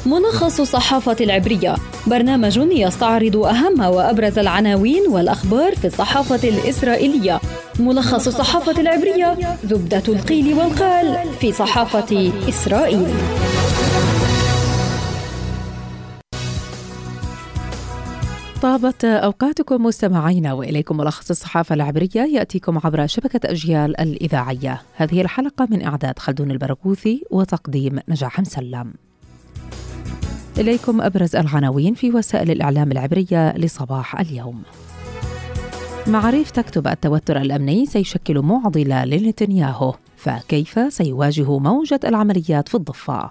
ملخص الصحافة العبرية، برنامج يستعرض أهم وأبرز العناوين والأخبار في الصحافة الإسرائيلية. ملخص الصحافة العبرية، زبدة القيل والقال في صحافة إسرائيل. طابت أوقاتكم مستمعينا، وإليكم ملخص الصحافة العبرية يأتيكم عبر شبكة أجيال الإذاعية. هذه الحلقة من إعداد خلدون البرغوثي وتقديم نجاح مسلم. إليكم أبرز العناوين في وسائل الإعلام العبرية لصباح اليوم. معاريف تكتب: التوتر الأمني سيشكل معضلة لنتنياهو، فكيف سيواجه موجة العمليات في الضفة؟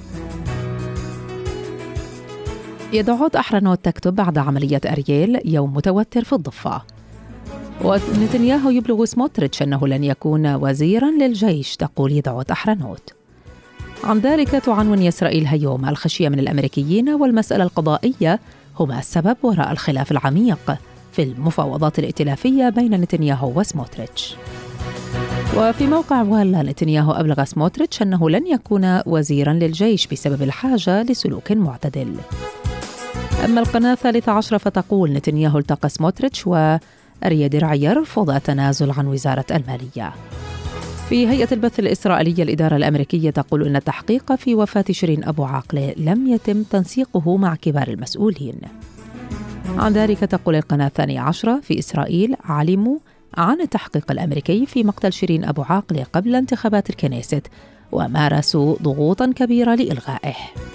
يدعوت أحرنوت تكتب: بعد عملية أرييل يوم متوتر في الضفة. ونتنياهو يبلغ سموتريتش أنه لن يكون وزيرا للجيش، تقول يدعوت أحرنوت. عن ذلك تعنون إسرائيل هيوم: الخشية من الأمريكيين والمسألة القضائية هما السبب وراء الخلاف العميق في المفاوضات الائتلافية بين نتنياهو وسموتريتش. وفي موقع والا، نتنياهو أبلغ سموتريتش أنه لن يكون وزيرا للجيش بسبب الحاجة لسلوك معتدل. أما القناة 13 فتقول: نتنياهو التقى سموتريتش وأريا درعي يرفض التنازل عن وزارة المالية. في هيئة البث الإسرائيلية، الإدارة الأمريكية تقول أن التحقيق في وفاة شيرين أبو عاقلة لم يتم تنسيقه مع كبار المسؤولين. عن ذلك تقول القناة 12: في إسرائيل علموا عن التحقيق الأمريكي في مقتل شيرين أبو عاقلة قبل انتخابات الكنيست، ومارسوا ضغوطا كبيرة لإلغائه.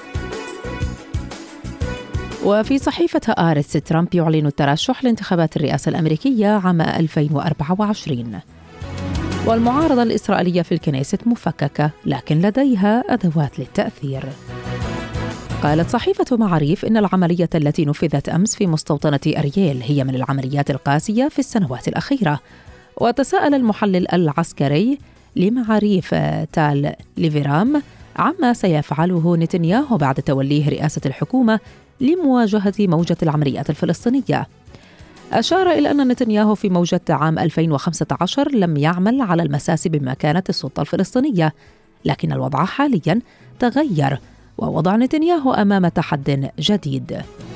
وفي صحيفة هآرتس، ترامب يعلن الترشح لانتخابات الرئاسة الأمريكية عام 2024. والمعارضة الإسرائيلية في الكنيست مفككة، لكن لديها أدوات للتأثير. قالت صحيفة معاريف إن العملية التي نفذت أمس في مستوطنة أرييل هي من العمليات القاسية في السنوات الأخيرة. وتساءل المحلل العسكري لمعاريف تال ليفيرام عما سيفعله نتنياهو بعد توليه رئاسة الحكومة لمواجهة موجة العمليات الفلسطينية. أشار إلى أن نتنياهو في موجة عام 2015 لم يعمل على المساس بمكانة السلطة الفلسطينية، لكن الوضع حاليا تغير ووضع نتنياهو أمام تحد جديد.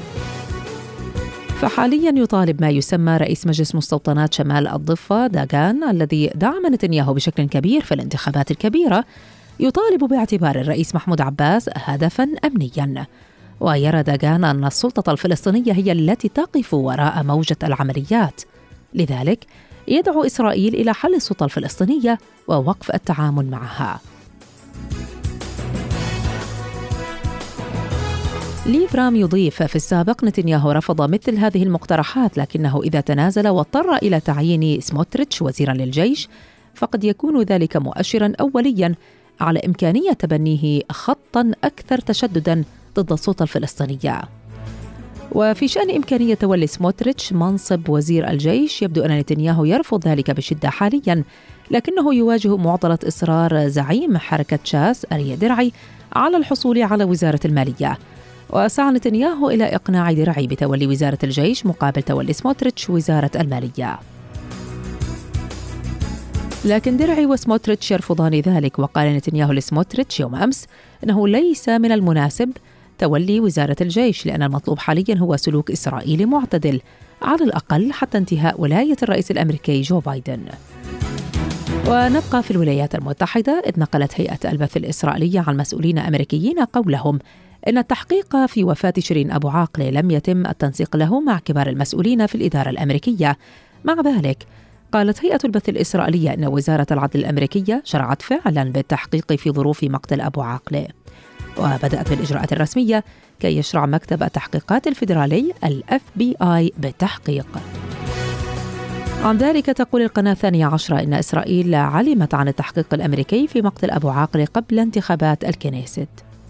فحاليا يطالب ما يسمى رئيس مجلس مستوطنات شمال الضفة داغان، الذي دعم نتنياهو بشكل كبير في الانتخابات الكبيرة، يطالب باعتبار الرئيس محمود عباس هدفا أمنيا. ويرى داغان أن السلطة الفلسطينية هي التي تقف وراء موجة العمليات، لذلك يدعو إسرائيل إلى حل السلطة الفلسطينية ووقف التعامل معها. ليفرام يضيف: في السابق نتنياهو رفض مثل هذه المقترحات، لكنه إذا تنازل واضطر إلى تعيين سموتريتش وزيرا للجيش فقد يكون ذلك مؤشرا أوليا على إمكانية تبنيه خطا أكثر تشددا ضد السلطة الفلسطينية. وفي شأن إمكانية تولي سموتريتش منصب وزير الجيش، يبدو أن نتنياهو يرفض ذلك بشدة حاليا، لكنه يواجه معضلة إصرار زعيم حركة شاس أريا درعي على الحصول على وزارة المالية. وسعى نتنياهو إلى إقناع درعي بتولي وزارة الجيش مقابل تولي سموتريتش وزارة المالية، لكن درعي وسموتريتش يرفضان ذلك. وقال نتنياهو لسموتريتش يوم أمس أنه ليس من المناسب تولي وزارة الجيش، لأن المطلوب حاليا هو سلوك إسرائيلي معتدل على الأقل حتى انتهاء ولاية الرئيس الأمريكي جو بايدن. ونبقى في الولايات المتحدة، إذ نقلت هيئة البث الإسرائيلية عن مسؤولين أمريكيين قولهم إن التحقيق في وفاة شيرين أبو عاقلة لم يتم التنسيق له مع كبار المسؤولين في الإدارة الأمريكية. مع ذلك قالت هيئة البث الإسرائيلية أن وزارة العدل الأمريكية شرعت فعلا بالتحقيق في ظروف مقتل أبو عاقلة، وبدأت بالإجراءات الرسمية كي يشرع مكتب التحقيقات الفيدرالي FBI بالتحقيق. عن ذلك تقول القناة 12 إن إسرائيل علمت عن التحقيق الأمريكي في مقتل أبو عاقلة قبل انتخابات الكنيست.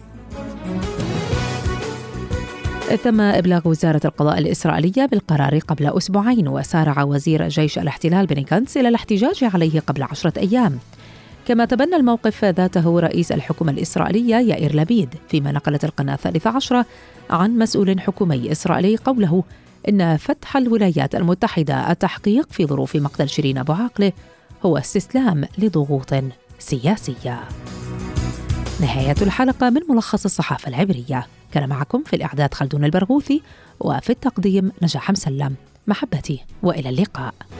تم إبلاغ وزارة القضاء الإسرائيلية بالقرار قبل أسبوعين، وسارع وزير جيش الاحتلال بني غانتس إلى الاحتجاج عليه قبل 10 أيام. كما تبنى الموقف ذاته رئيس الحكومة الإسرائيلية يائير لبيد، فيما نقلت القناة 13 عن مسؤول حكومي إسرائيلي قوله إن فتح الولايات المتحدة التحقيق في ظروف مقتل شيرين أبو عاقلة هو استسلام لضغوط سياسية. نهاية الحلقة من ملخص الصحافة العبرية. كان معكم في الإعداد خلدون البرغوثي، وفي التقديم نجاح مسلم. محبتي وإلى اللقاء.